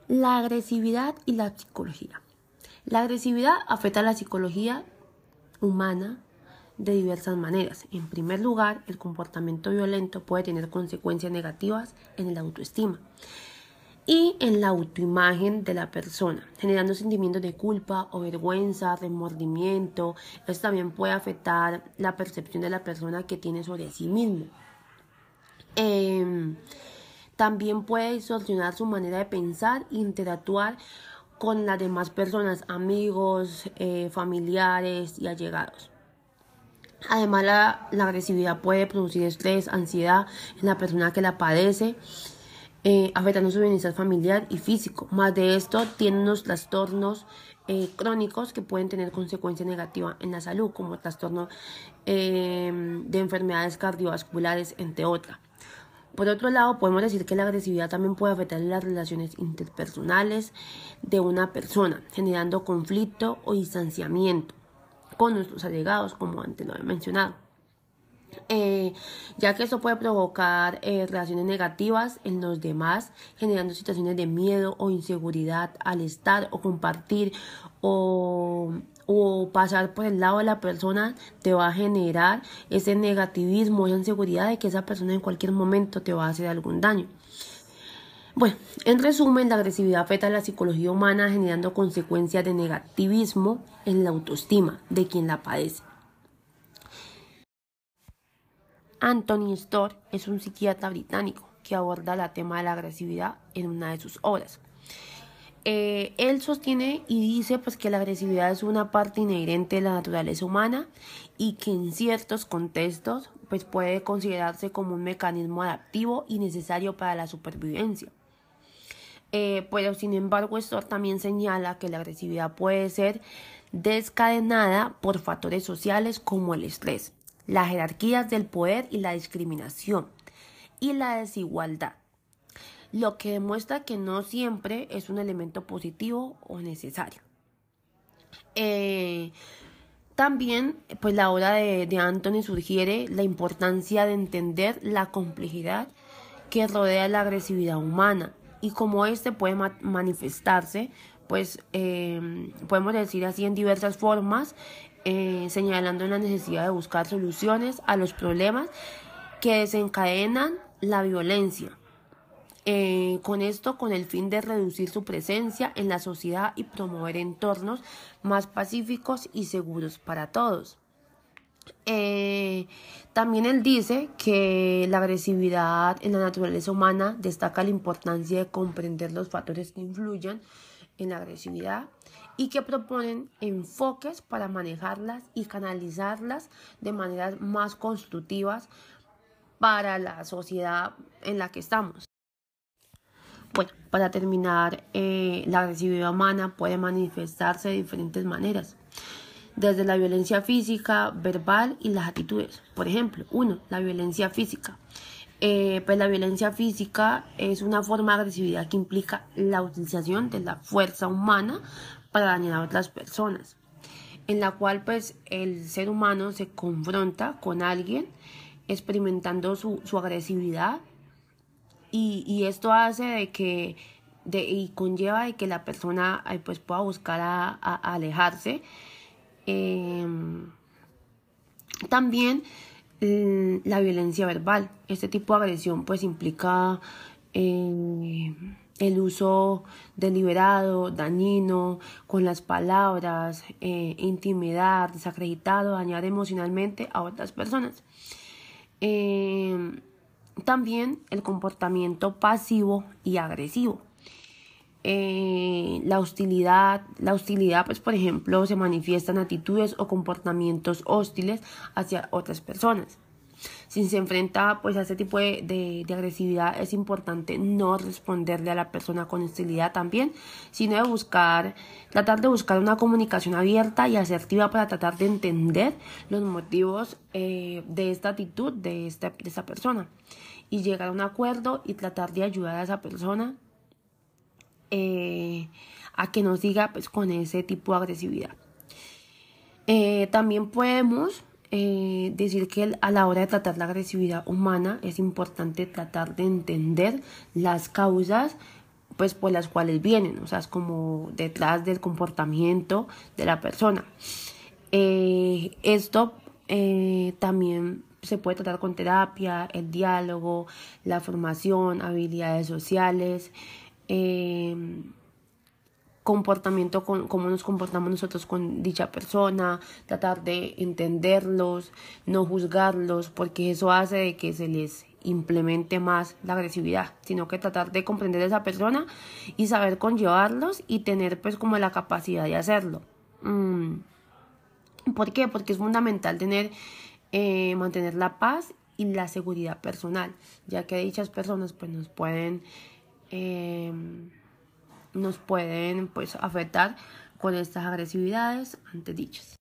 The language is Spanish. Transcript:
La agresividad y la psicología. La agresividad afecta a la psicología humana de diversas maneras. En primer lugar, el comportamiento violento puede tener consecuencias negativas en la autoestima y en la autoimagen de la persona, generando sentimientos de culpa o vergüenza, remordimiento. Esto también puede afectar la percepción de la persona que tiene sobre sí mismo. También puede distorsionar su manera de pensar e interactuar con las demás personas, amigos, familiares y allegados. Además, la agresividad puede producir estrés, ansiedad en la persona que la padece, afectando su bienestar familiar y físico. Más de esto, tiene unos trastornos crónicos que pueden tener consecuencias negativas en la salud, como trastornos de enfermedades cardiovasculares, entre otras. Por otro lado, podemos decir que la agresividad también puede afectar las relaciones interpersonales de una persona, generando conflicto o distanciamiento con nuestros allegados, como antes lo he mencionado. Ya que esto puede provocar relaciones negativas en los demás, generando situaciones de miedo o inseguridad al estar o compartir o pasar por el lado de la persona. Te va a generar ese negativismo, esa inseguridad de que esa persona en cualquier momento te va a hacer algún daño. Bueno, en resumen, la agresividad afecta a la psicología humana, generando consecuencias de negativismo en la autoestima de quien la padece. Anthony Storr es un psiquiatra británico que aborda el tema de la agresividad en una de sus obras. Él sostiene y dice pues que la agresividad es una parte inherente de la naturaleza humana y que en ciertos contextos pues puede considerarse como un mecanismo adaptivo y necesario para la supervivencia. Pero sin embargo, Storr también señala que la agresividad puede ser desencadenada por factores sociales como el estrés, las jerarquías del poder y la discriminación y la desigualdad, lo que demuestra que no siempre es un elemento positivo o necesario. También pues la obra de Anthony sugiere la importancia de entender la complejidad que rodea la agresividad humana y cómo puede manifestarse, pues podemos decir así, en diversas formas, señalando la necesidad de buscar soluciones a los problemas que desencadenan la violencia. Con esto, con el fin de reducir su presencia en la sociedad y promover entornos más pacíficos y seguros para todos. También él dice que la agresividad en la naturaleza humana destaca la importancia de comprender los factores que influyen en la agresividad y que proponen enfoques para manejarlas y canalizarlas de maneras más constructivas para la sociedad en la que estamos. Bueno, para terminar, la agresividad humana puede manifestarse de diferentes maneras, desde la violencia física, verbal y las actitudes. Por ejemplo, la violencia física. Pues la violencia física es una forma de agresividad que implica la utilización de la fuerza humana para dañar a otras personas, en la cual pues el ser humano se confronta con alguien experimentando su agresividad y esto hace y conlleva de que la persona pues pueda buscar a alejarse. También la violencia verbal. Este tipo de agresión pues implica el uso deliberado, dañino, con las palabras, intimidar, desacreditar o dañar emocionalmente a otras personas. También el comportamiento pasivo y agresivo. La hostilidad, pues por ejemplo, se manifiesta en actitudes o comportamientos hostiles hacia otras personas. Si se enfrenta pues a este tipo de agresividad, es importante no responderle a la persona con hostilidad también, sino tratar de buscar una comunicación abierta y asertiva para tratar de entender los motivos de esta actitud de esta persona y llegar a un acuerdo y tratar de ayudar a esa persona a que no siga pues con ese tipo de agresividad. También podemos decir que a la hora de tratar la agresividad humana es importante tratar de entender las causas pues por las cuales vienen, o sea, es como detrás del comportamiento de la persona. Esto también se puede tratar con terapia, el diálogo, la formación, habilidades sociales, comportamiento, cómo nos comportamos nosotros con dicha persona, tratar de entenderlos, no juzgarlos, porque eso hace de que se les implemente más la agresividad, sino que tratar de comprender a esa persona y saber conllevarlos y tener pues como la capacidad de hacerlo. ¿Por qué? Porque es fundamental mantener la paz y la seguridad personal, ya que dichas personas pues nos pueden pues afectar con estas agresividades antes dichas.